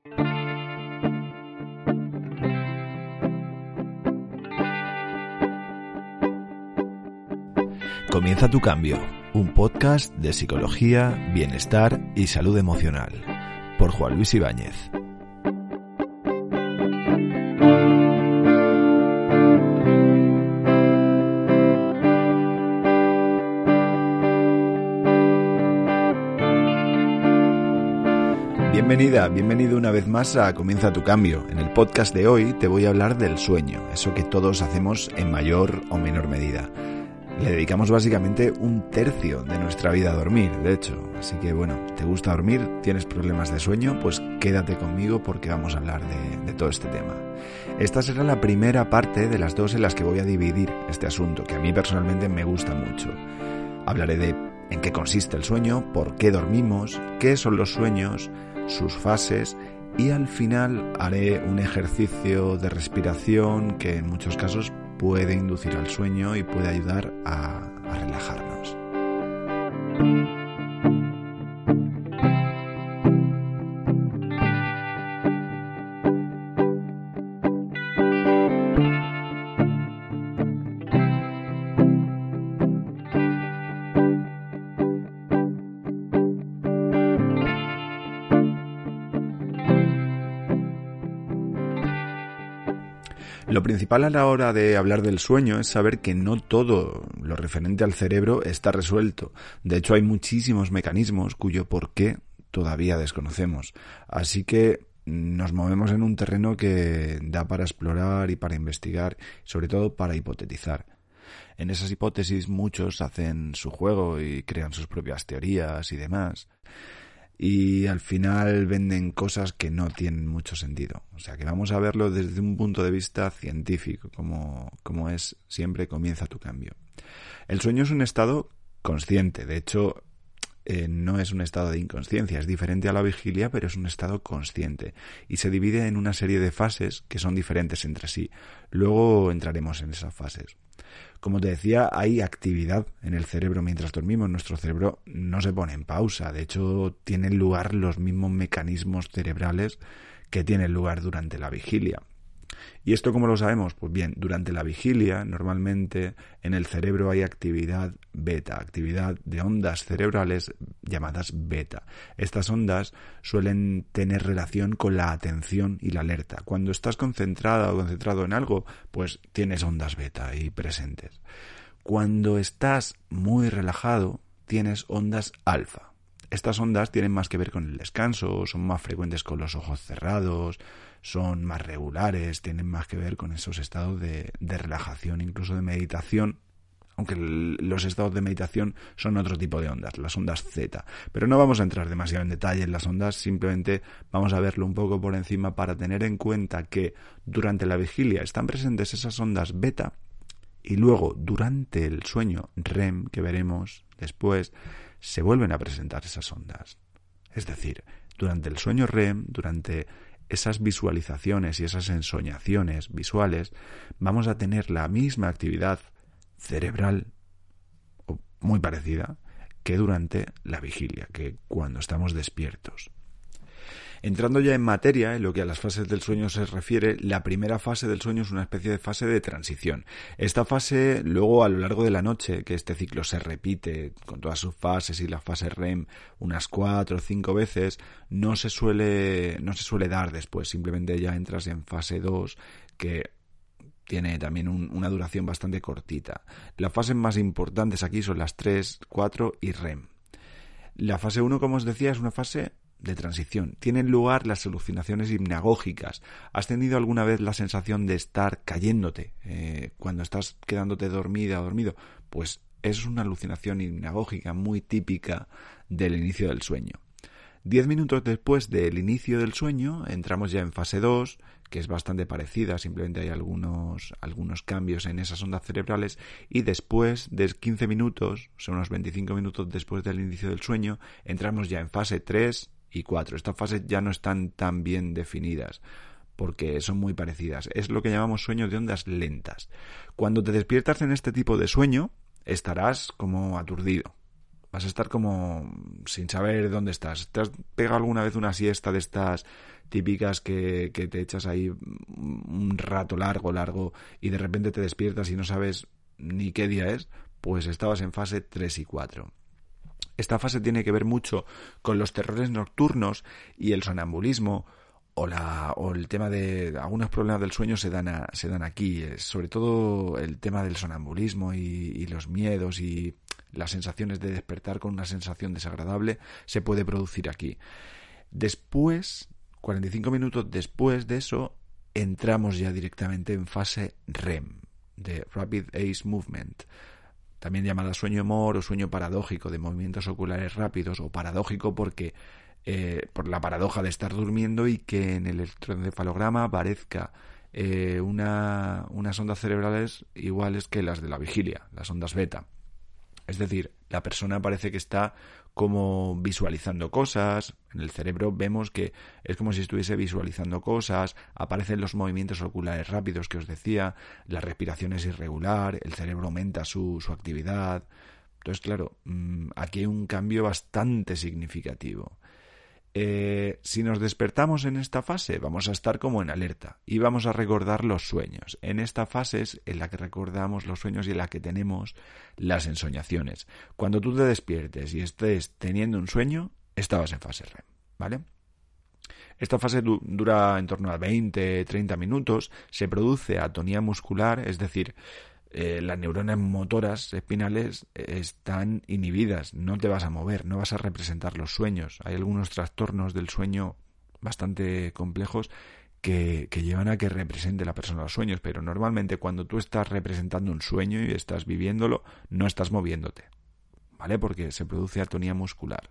Comienza tu cambio, un podcast de psicología, bienestar y salud emocional, por Juan Luis Ibáñez. Bienvenido una vez más a Comienza tu cambio. En el podcast de hoy te voy a hablar del sueño, eso que todos hacemos en mayor o menor medida. Le dedicamos básicamente un tercio de nuestra vida a dormir, de hecho. Así que bueno, ¿te gusta dormir? ¿Tienes problemas de sueño? Pues quédate conmigo porque vamos a hablar de todo este tema. Esta será la primera parte de las dos en las que voy a dividir este asunto, que a mí personalmente me gusta mucho. Hablaré de en qué consiste el sueño, por qué dormimos, qué son los sueños, sus fases, y al final haré un ejercicio de respiración que en muchos casos puede inducir al sueño y puede ayudar a relajarnos. Lo principal a la hora de hablar del sueño es saber que no todo lo referente al cerebro está resuelto. De hecho, hay muchísimos mecanismos cuyo porqué todavía desconocemos. Así que nos movemos en un terreno que da para explorar y para investigar, sobre todo para hipotetizar. En esas hipótesis muchos hacen su juego y crean sus propias teorías y demás. Y al final venden cosas que no tienen mucho sentido. O sea que vamos a verlo desde un punto de vista científico, como es siempre Comienza tu cambio. El sueño es un estado consciente, de hecho no es un estado de inconsciencia, es diferente a la vigilia, pero es un estado consciente y se divide en una serie de fases que son diferentes entre sí. Luego entraremos en esas fases. Como te decía, hay actividad en el cerebro mientras dormimos. Nuestro cerebro no se pone en pausa. De hecho, tienen lugar los mismos mecanismos cerebrales que tienen lugar durante la vigilia. ¿Y esto cómo lo sabemos? Pues bien, durante la vigilia, normalmente en el cerebro hay actividad beta, actividad de ondas cerebrales llamadas beta. Estas ondas suelen tener relación con la atención y la alerta. Cuando estás concentrada o concentrado en algo, pues tienes ondas beta ahí presentes. Cuando estás muy relajado, tienes ondas alfa. Estas ondas tienen más que ver con el descanso, son más frecuentes con los ojos cerrados, son más regulares, tienen más que ver con esos estados de relajación, incluso de meditación, aunque los estados de meditación son otro tipo de ondas, las ondas Z. Pero no vamos a entrar demasiado en detalle en las ondas, simplemente vamos a verlo un poco por encima para tener en cuenta que durante la vigilia están presentes esas ondas beta y luego durante el sueño REM, que veremos después, se vuelven a presentar esas ondas. Es decir, durante el sueño REM, durante esas visualizaciones y esas ensoñaciones visuales, vamos a tener la misma actividad cerebral, o muy parecida, que durante la vigilia, que cuando estamos despiertos. Entrando ya en materia, en lo que a las fases del sueño se refiere, la primera fase del sueño es una especie de fase de transición. Esta fase, luego a lo largo de la noche, que este ciclo se repite con todas sus fases y la fase REM unas 4 o 5 veces, no se suele dar después, simplemente ya entras en fase 2, que tiene también una duración bastante cortita. Las fases más importantes aquí son las 3, 4 y REM. La fase 1, como os decía, es una fase de transición. Tienen lugar las alucinaciones hipnagógicas. ¿Has tenido alguna vez la sensación de estar cayéndote cuando estás quedándote dormida o dormido? Pues es una alucinación hipnagógica muy típica del inicio del sueño. 10 minutos después del inicio del sueño entramos ya en fase 2, que es bastante parecida, simplemente hay algunos cambios en esas ondas cerebrales, y después de 15 minutos, son unos 25 minutos después del inicio del sueño, entramos ya en fase 3 y 4. Estas fases ya no están tan bien definidas porque son muy parecidas. Es lo que llamamos sueño de ondas lentas. Cuando te despiertas en este tipo de sueño, estarás como aturdido. Vas a estar como sin saber dónde estás. ¿Te has pegado alguna vez una siesta de estas típicas que te echas ahí un rato largo y de repente te despiertas y no sabes ni qué día es? Pues estabas en fase 3 y 4. Esta fase tiene que ver mucho con los terrores nocturnos y el sonambulismo o el tema de algunos problemas del sueño se dan aquí, sobre todo el tema del sonambulismo y los miedos y las sensaciones de despertar con una sensación desagradable se puede producir aquí. Después, 45 minutos después de eso, entramos ya directamente en fase REM, de Rapid Eye Movement, también llamada sueño MOR o sueño paradójico, de movimientos oculares rápidos, o paradójico porque por la paradoja de estar durmiendo y que en el electroencefalograma aparezca unas ondas cerebrales iguales que las de la vigilia, las ondas beta. Es decir, la persona parece que está como visualizando cosas. En el cerebro vemos que es como si estuviese visualizando cosas, aparecen los movimientos oculares rápidos que os decía, la respiración es irregular, el cerebro aumenta su actividad. Entonces, claro, aquí hay un cambio bastante significativo. Si nos despertamos en esta fase, vamos a estar como en alerta y vamos a recordar los sueños. En esta fase es en la que recordamos los sueños y en la que tenemos las ensoñaciones. Cuando tú te despiertes y estés teniendo un sueño, estabas en fase REM, ¿vale? Esta fase dura en torno a 20-30 minutos, se produce atonía muscular, es decir, las neuronas motoras espinales están inhibidas, no te vas a mover, no vas a representar los sueños. Hay algunos trastornos del sueño bastante complejos que llevan a que represente la persona los sueños, pero normalmente cuando tú estás representando un sueño y estás viviéndolo, no estás moviéndote, ¿vale? Porque se produce atonía muscular.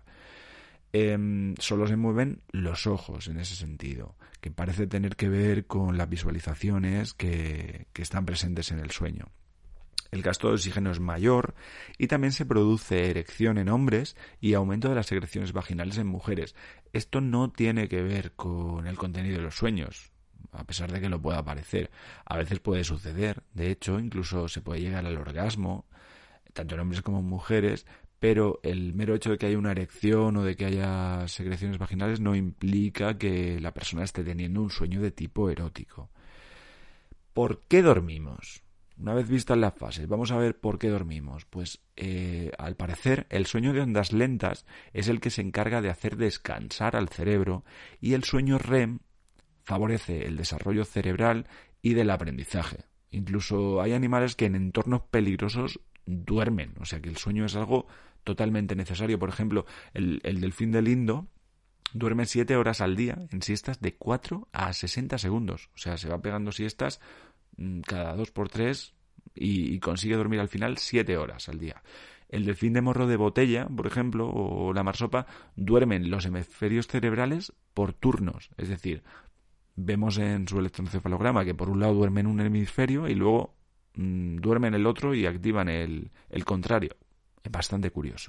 Solo se mueven los ojos en ese sentido, que parece tener que ver con las visualizaciones que están presentes en el sueño. El gasto de oxígeno es mayor y también se produce erección en hombres y aumento de las secreciones vaginales en mujeres. Esto no tiene que ver con el contenido de los sueños, a pesar de que lo pueda parecer. A veces puede suceder, de hecho, incluso se puede llegar al orgasmo, tanto en hombres como en mujeres, pero el mero hecho de que haya una erección o de que haya secreciones vaginales no implica que la persona esté teniendo un sueño de tipo erótico. ¿Por qué dormimos? Una vez vistas las fases, vamos a ver por qué dormimos. Pues al parecer el sueño de ondas lentas es el que se encarga de hacer descansar al cerebro y el sueño REM favorece el desarrollo cerebral y del aprendizaje. Incluso hay animales que en entornos peligrosos duermen, o sea que el sueño es algo totalmente necesario. Por ejemplo, el delfín del Indo duerme 7 horas al día en siestas de 4 a 60 segundos. O sea, se va pegando siestas cada 2x3 y consigue dormir al final 7 horas al día. El delfín de morro de botella, por ejemplo, o la marsopa, duermen los hemisferios cerebrales por turnos. Es decir, vemos en su electroencefalograma que por un lado duermen un hemisferio y luego duermen el otro y activan el contrario. Es bastante curioso.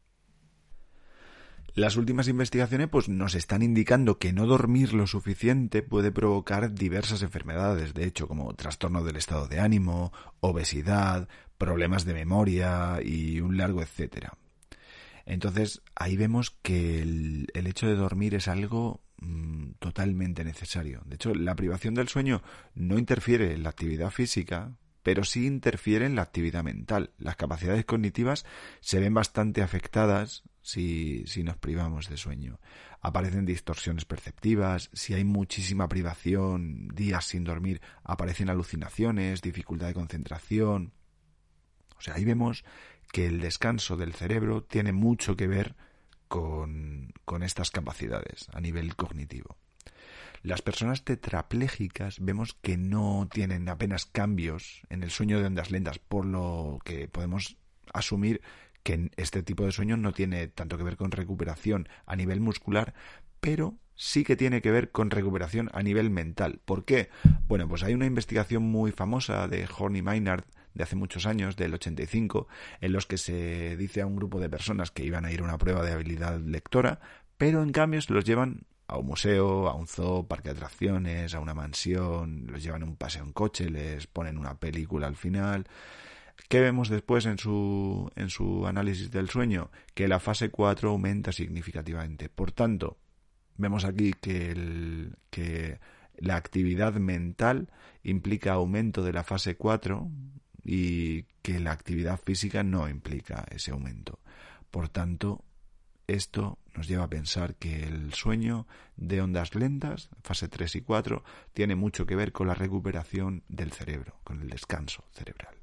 Las últimas investigaciones pues nos están indicando que no dormir lo suficiente puede provocar diversas enfermedades, de hecho, como trastorno del estado de ánimo, obesidad, problemas de memoria y un largo etcétera. Entonces, ahí vemos que el hecho de dormir es algo totalmente necesario. De hecho, la privación del sueño no interfiere en la actividad física, pero sí interfiere en la actividad mental. Las capacidades cognitivas se ven bastante afectadas si nos privamos de sueño. Aparecen distorsiones perceptivas, si hay muchísima privación, días sin dormir, aparecen alucinaciones, dificultad de concentración. O sea, ahí vemos que el descanso del cerebro tiene mucho que ver con estas capacidades a nivel cognitivo. Las personas tetraplégicas vemos que no tienen apenas cambios en el sueño de ondas lentas, por lo que podemos asumir que este tipo de sueño no tiene tanto que ver con recuperación a nivel muscular, pero sí que tiene que ver con recuperación a nivel mental. ¿Por qué? Bueno, pues hay una investigación muy famosa de Horn y Maynard de hace muchos años, del 85, en los que se dice a un grupo de personas que iban a ir a una prueba de habilidad lectora, pero en cambio se los llevan a un museo, a un zoo, parque de atracciones, a una mansión, los llevan a un paseo en coche, les ponen una película al final. ¿Qué vemos después en su análisis del sueño? Que la fase 4 aumenta significativamente. Por tanto, vemos aquí que la actividad mental implica aumento de la fase 4 y que la actividad física no implica ese aumento. Por tanto, esto nos lleva a pensar que el sueño de ondas lentas, fase 3 y 4, tiene mucho que ver con la recuperación del cerebro, con el descanso cerebral.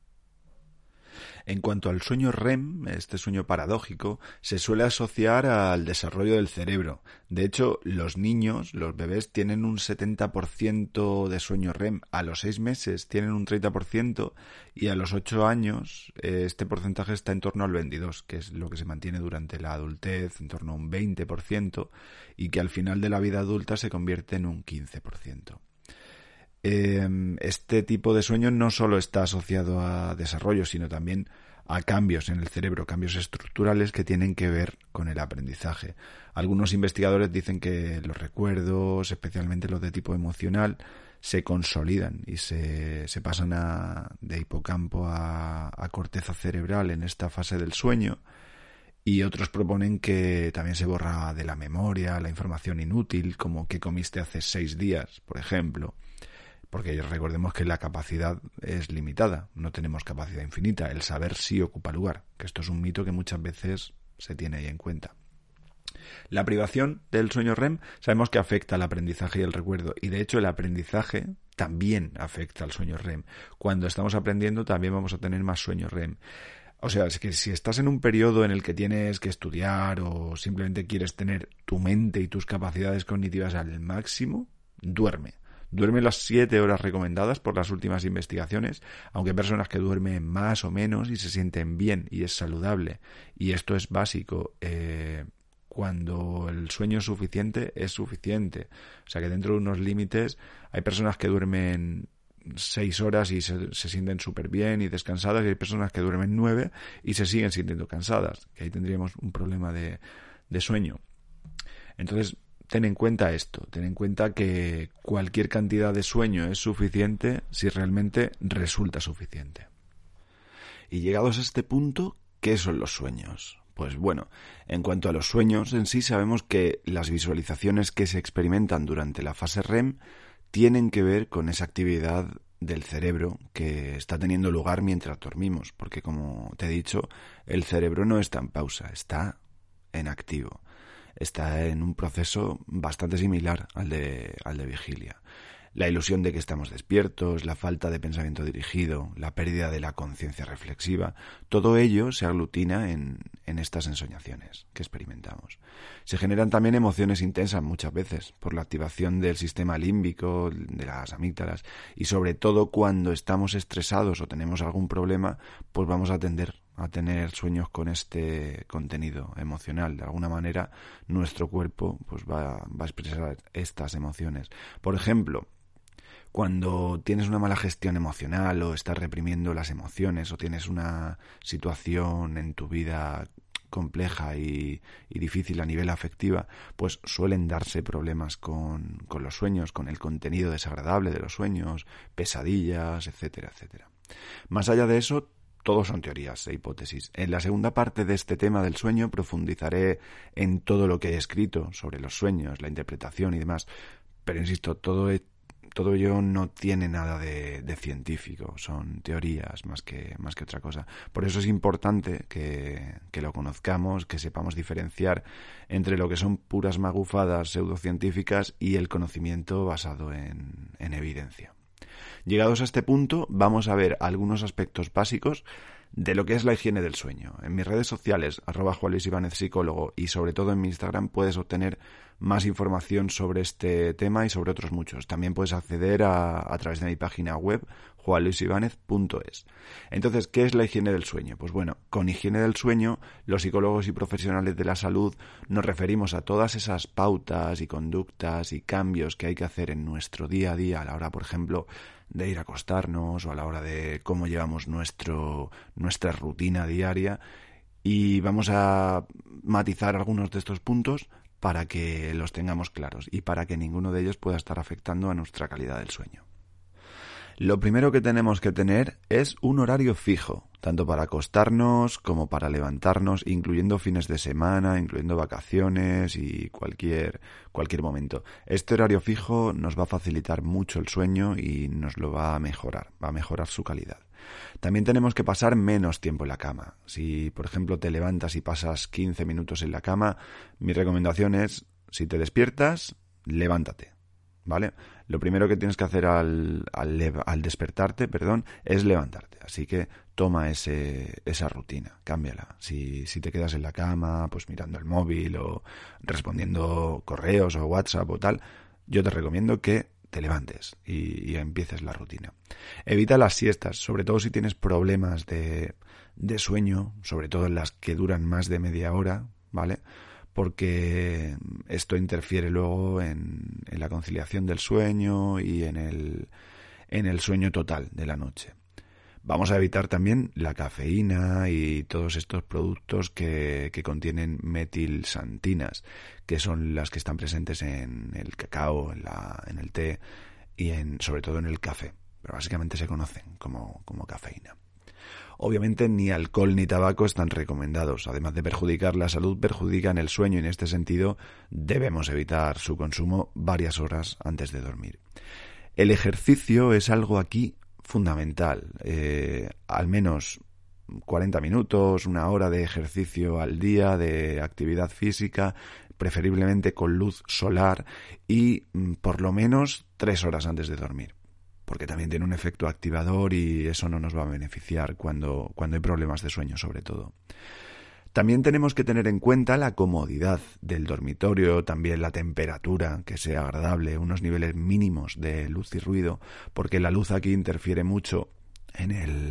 En cuanto al sueño REM, este sueño paradójico, se suele asociar al desarrollo del cerebro. De hecho, los niños, los bebés, tienen un 70% de sueño REM. A los 6 meses tienen un 30% y a los 8 años este porcentaje está en torno al 22%, que es lo que se mantiene durante la adultez, en torno a un 20%, y que al final de la vida adulta se convierte en un 15%. Este tipo de sueño no solo está asociado a desarrollo, sino también a cambios en el cerebro, cambios estructurales que tienen que ver con el aprendizaje. Algunos investigadores dicen que los recuerdos, especialmente los de tipo emocional, se consolidan y se pasan de hipocampo a corteza cerebral en esta fase del sueño. Y otros proponen que también se borra de la memoria la información inútil, como qué comiste hace 6 días, por ejemplo. Porque recordemos que la capacidad es limitada, no tenemos capacidad infinita, el saber sí ocupa lugar, que esto es un mito que muchas veces se tiene ahí en cuenta. La privación del sueño REM sabemos que afecta al aprendizaje y el recuerdo, y de hecho el aprendizaje también afecta al sueño REM. Cuando estamos aprendiendo también vamos a tener más sueño REM. O sea, es que si estás en un periodo en el que tienes que estudiar o simplemente quieres tener tu mente y tus capacidades cognitivas al máximo, duerme. Duerme las 7 horas recomendadas por las últimas investigaciones, aunque hay personas que duermen más o menos y se sienten bien y es saludable. Y esto es básico. Cuando el sueño es suficiente. O sea que dentro de unos límites hay personas que duermen 6 horas y se sienten súper bien y descansadas, y hay personas que duermen 9 y se siguen sintiendo cansadas, que ahí tendríamos un problema de sueño. Entonces, ten en cuenta esto, ten en cuenta que cualquier cantidad de sueño es suficiente si realmente resulta suficiente. Y llegados a este punto, ¿qué son los sueños? Pues bueno, en cuanto a los sueños en sí, sabemos que las visualizaciones que se experimentan durante la fase REM tienen que ver con esa actividad del cerebro que está teniendo lugar mientras dormimos, porque como te he dicho, el cerebro no está en pausa, está en activo. Está en un proceso bastante similar al de vigilia. La ilusión de que estamos despiertos, la falta de pensamiento dirigido, la pérdida de la conciencia reflexiva, todo ello se aglutina en estas ensoñaciones que experimentamos. Se generan también emociones intensas muchas veces por la activación del sistema límbico, de las amígdalas, y sobre todo cuando estamos estresados o tenemos algún problema, pues vamos a tender a tener sueños con este contenido emocional. De alguna manera nuestro cuerpo pues va a expresar estas emociones. Por ejemplo, cuando tienes una mala gestión emocional o estás reprimiendo las emociones o tienes una situación en tu vida compleja y difícil a nivel afectiva, pues suelen darse problemas con los sueños, con el contenido desagradable de los sueños, pesadillas, etcétera, etcétera. Más allá de eso, todos son teorías e hipótesis. En la segunda parte de este tema del sueño profundizaré en todo lo que he escrito sobre los sueños, la interpretación y demás. Pero insisto, todo ello no tiene nada de científico, son teorías más que otra cosa. Por eso es importante que lo conozcamos, que sepamos diferenciar entre lo que son puras magufadas pseudocientíficas y el conocimiento basado en evidencia. Llegados a este punto, vamos a ver algunos aspectos básicos de lo que es la higiene del sueño. En mis redes sociales, @JuanLuisIbánez psicólogo, y sobre todo en mi Instagram, puedes obtener más información sobre este tema y sobre otros muchos. También puedes acceder a través de mi página web, juanluisibanez.es. Entonces, ¿qué es la higiene del sueño? Pues bueno, con higiene del sueño, los psicólogos y profesionales de la salud nos referimos a todas esas pautas y conductas y cambios que hay que hacer en nuestro día a día a la hora, por ejemplo, de ir a acostarnos o a la hora de cómo llevamos nuestra rutina diaria, y vamos a matizar algunos de estos puntos para que los tengamos claros y para que ninguno de ellos pueda estar afectando a nuestra calidad del sueño. Lo primero que tenemos que tener es un horario fijo, tanto para acostarnos como para levantarnos, incluyendo fines de semana, incluyendo vacaciones y cualquier momento. Este horario fijo nos va a facilitar mucho el sueño y nos lo va a mejorar su calidad. También tenemos que pasar menos tiempo en la cama. Si, por ejemplo, te levantas y pasas 15 minutos en la cama, mi recomendación es, si te despiertas, levántate, ¿vale? Lo primero que tienes que hacer al despertarte, es levantarte. Así que toma esa rutina, cámbiala. Si te quedas en la cama, pues mirando el móvil o respondiendo correos o WhatsApp o tal, yo te recomiendo que te levantes y empieces la rutina. Evita las siestas, sobre todo si tienes problemas de sueño, sobre todo en las que duran más de media hora, ¿vale? Porque esto interfiere luego en la conciliación del sueño y en el sueño total de la noche. Vamos a evitar también la cafeína y todos estos productos que contienen metilsantinas, que son las que están presentes en el cacao, en el té y sobre todo en el café. Pero básicamente se conocen como cafeína. Obviamente ni alcohol ni tabaco están recomendados. Además de perjudicar la salud, perjudican el sueño y en este sentido debemos evitar su consumo varias horas antes de dormir. El ejercicio es algo aquí fundamental. Al menos 40 minutos, una hora de ejercicio al día, de actividad física, preferiblemente con luz solar y por lo menos 3 horas antes de dormir. Porque también tiene un efecto activador y eso no nos va a beneficiar cuando hay problemas de sueño, sobre todo. También tenemos que tener en cuenta la comodidad del dormitorio, también la temperatura, que sea agradable, unos niveles mínimos de luz y ruido, porque la luz aquí interfiere mucho en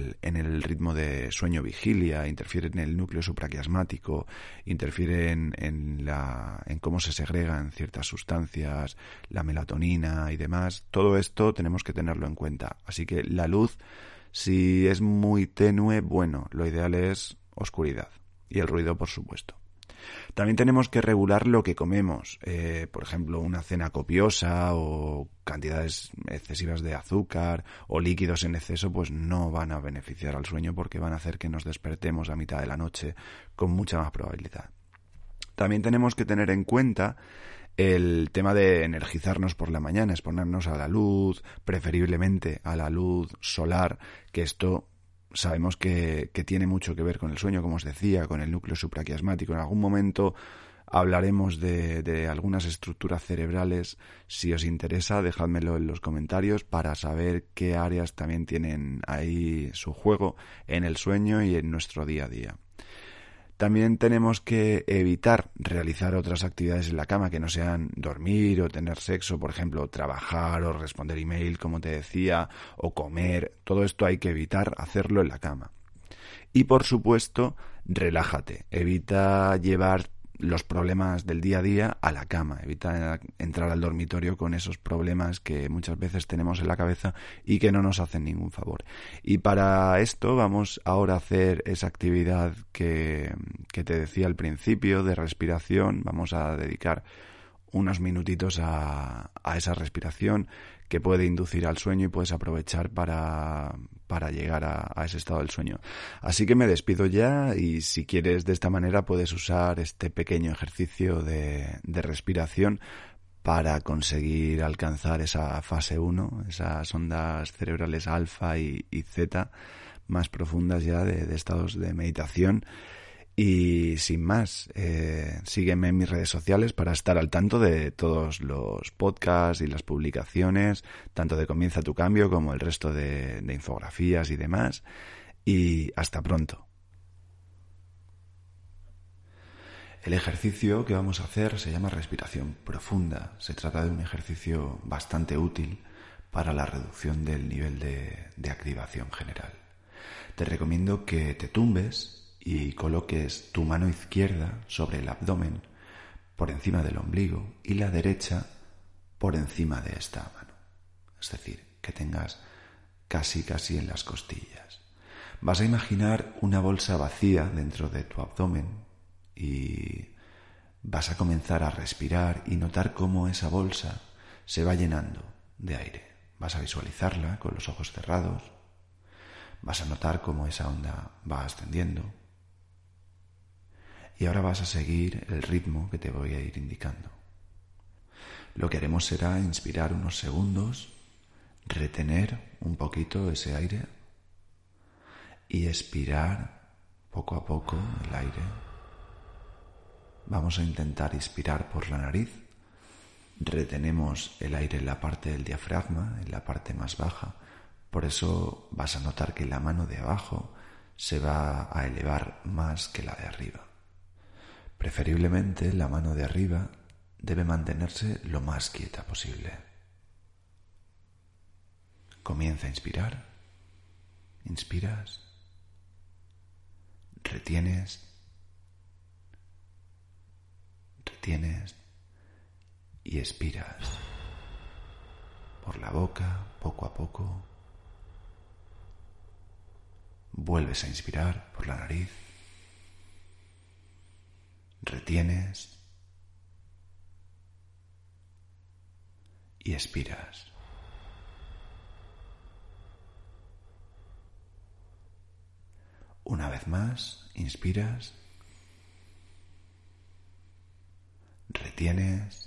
el ritmo de sueño-vigilia, interfiere en el núcleo supraquiasmático, interfiere en cómo se segregan ciertas sustancias, la melatonina y demás. Todo esto tenemos que tenerlo en cuenta. Así que la luz, si es muy tenue, bueno, lo ideal es oscuridad. Y el ruido, por supuesto. También tenemos que regular lo que comemos. Por ejemplo, una cena copiosa o cantidades excesivas de azúcar o líquidos en exceso pues no van a beneficiar al sueño porque van a hacer que nos despertemos a mitad de la noche con mucha más probabilidad. También tenemos que tener en cuenta el tema de energizarnos por la mañana, exponernos a la luz, preferiblemente a la luz solar, que esto sabemos que tiene mucho que ver con el sueño, como os decía, con el núcleo supraquiasmático. En algún momento hablaremos de algunas estructuras cerebrales. Si os interesa, dejádmelo en los comentarios para saber qué áreas también tienen ahí su juego en el sueño y en nuestro día a día. También tenemos que evitar realizar otras actividades en la cama que no sean dormir o tener sexo, por ejemplo, trabajar o responder email, como te decía, o comer. Todo esto hay que evitar hacerlo en la cama. Y, por supuesto, relájate. Evita llevar los problemas del día a día a la cama. Evita entrar al dormitorio con esos problemas que muchas veces tenemos en la cabeza y que no nos hacen ningún favor. Y para esto vamos ahora a hacer esa actividad que te decía al principio de respiración. Vamos a dedicar unos minutitos a esa respiración que puede inducir al sueño y puedes aprovechar para llegar a ese estado del sueño. Así que me despido ya y si quieres de esta manera puedes usar este pequeño ejercicio de respiración para conseguir alcanzar esa fase 1, esas ondas cerebrales alfa y zeta más profundas ya de estados de meditación. Y sin más, sígueme en mis redes sociales para estar al tanto de todos los podcasts y las publicaciones, tanto de Comienza tu Cambio como el resto de infografías y demás. Y hasta pronto. El ejercicio que vamos a hacer se llama respiración profunda. Se trata de un ejercicio bastante útil para la reducción del nivel de activación general. Te recomiendo que te tumbes y coloques tu mano izquierda sobre el abdomen por encima del ombligo y la derecha por encima de esta mano. Es decir, que tengas casi en las costillas. Vas a imaginar una bolsa vacía dentro de tu abdomen y vas a comenzar a respirar y notar cómo esa bolsa se va llenando de aire. Vas a visualizarla con los ojos cerrados. Vas a notar cómo esa onda va ascendiendo. Y ahora vas a seguir el ritmo que te voy a ir indicando. Lo que haremos será inspirar unos segundos, retener un poquito ese aire y expirar poco a poco el aire. Vamos a intentar inspirar por la nariz. Retenemos el aire en la parte del diafragma, en la parte más baja. Por eso vas a notar que la mano de abajo se va a elevar más que la de arriba. Preferiblemente la mano de arriba debe mantenerse lo más quieta posible. Comienza a inspirar. Inspiras. Retienes. Retienes. Y expiras. Por la boca, poco a poco. Vuelves a inspirar por la nariz. Retienes. Y expiras. Una vez más, inspiras. Retienes.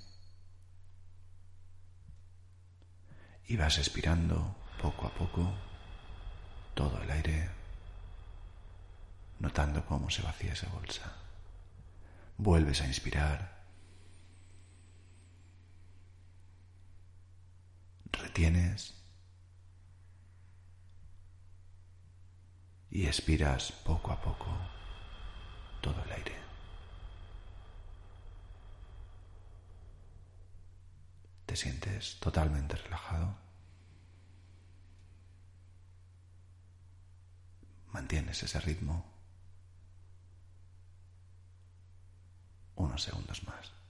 Y vas expirando poco a poco todo el aire, notando cómo se vacía esa bolsa. Vuelves a inspirar. Retienes. Y expiras poco a poco todo el aire. Te sientes totalmente relajado. Mantienes ese ritmo unos segundos más.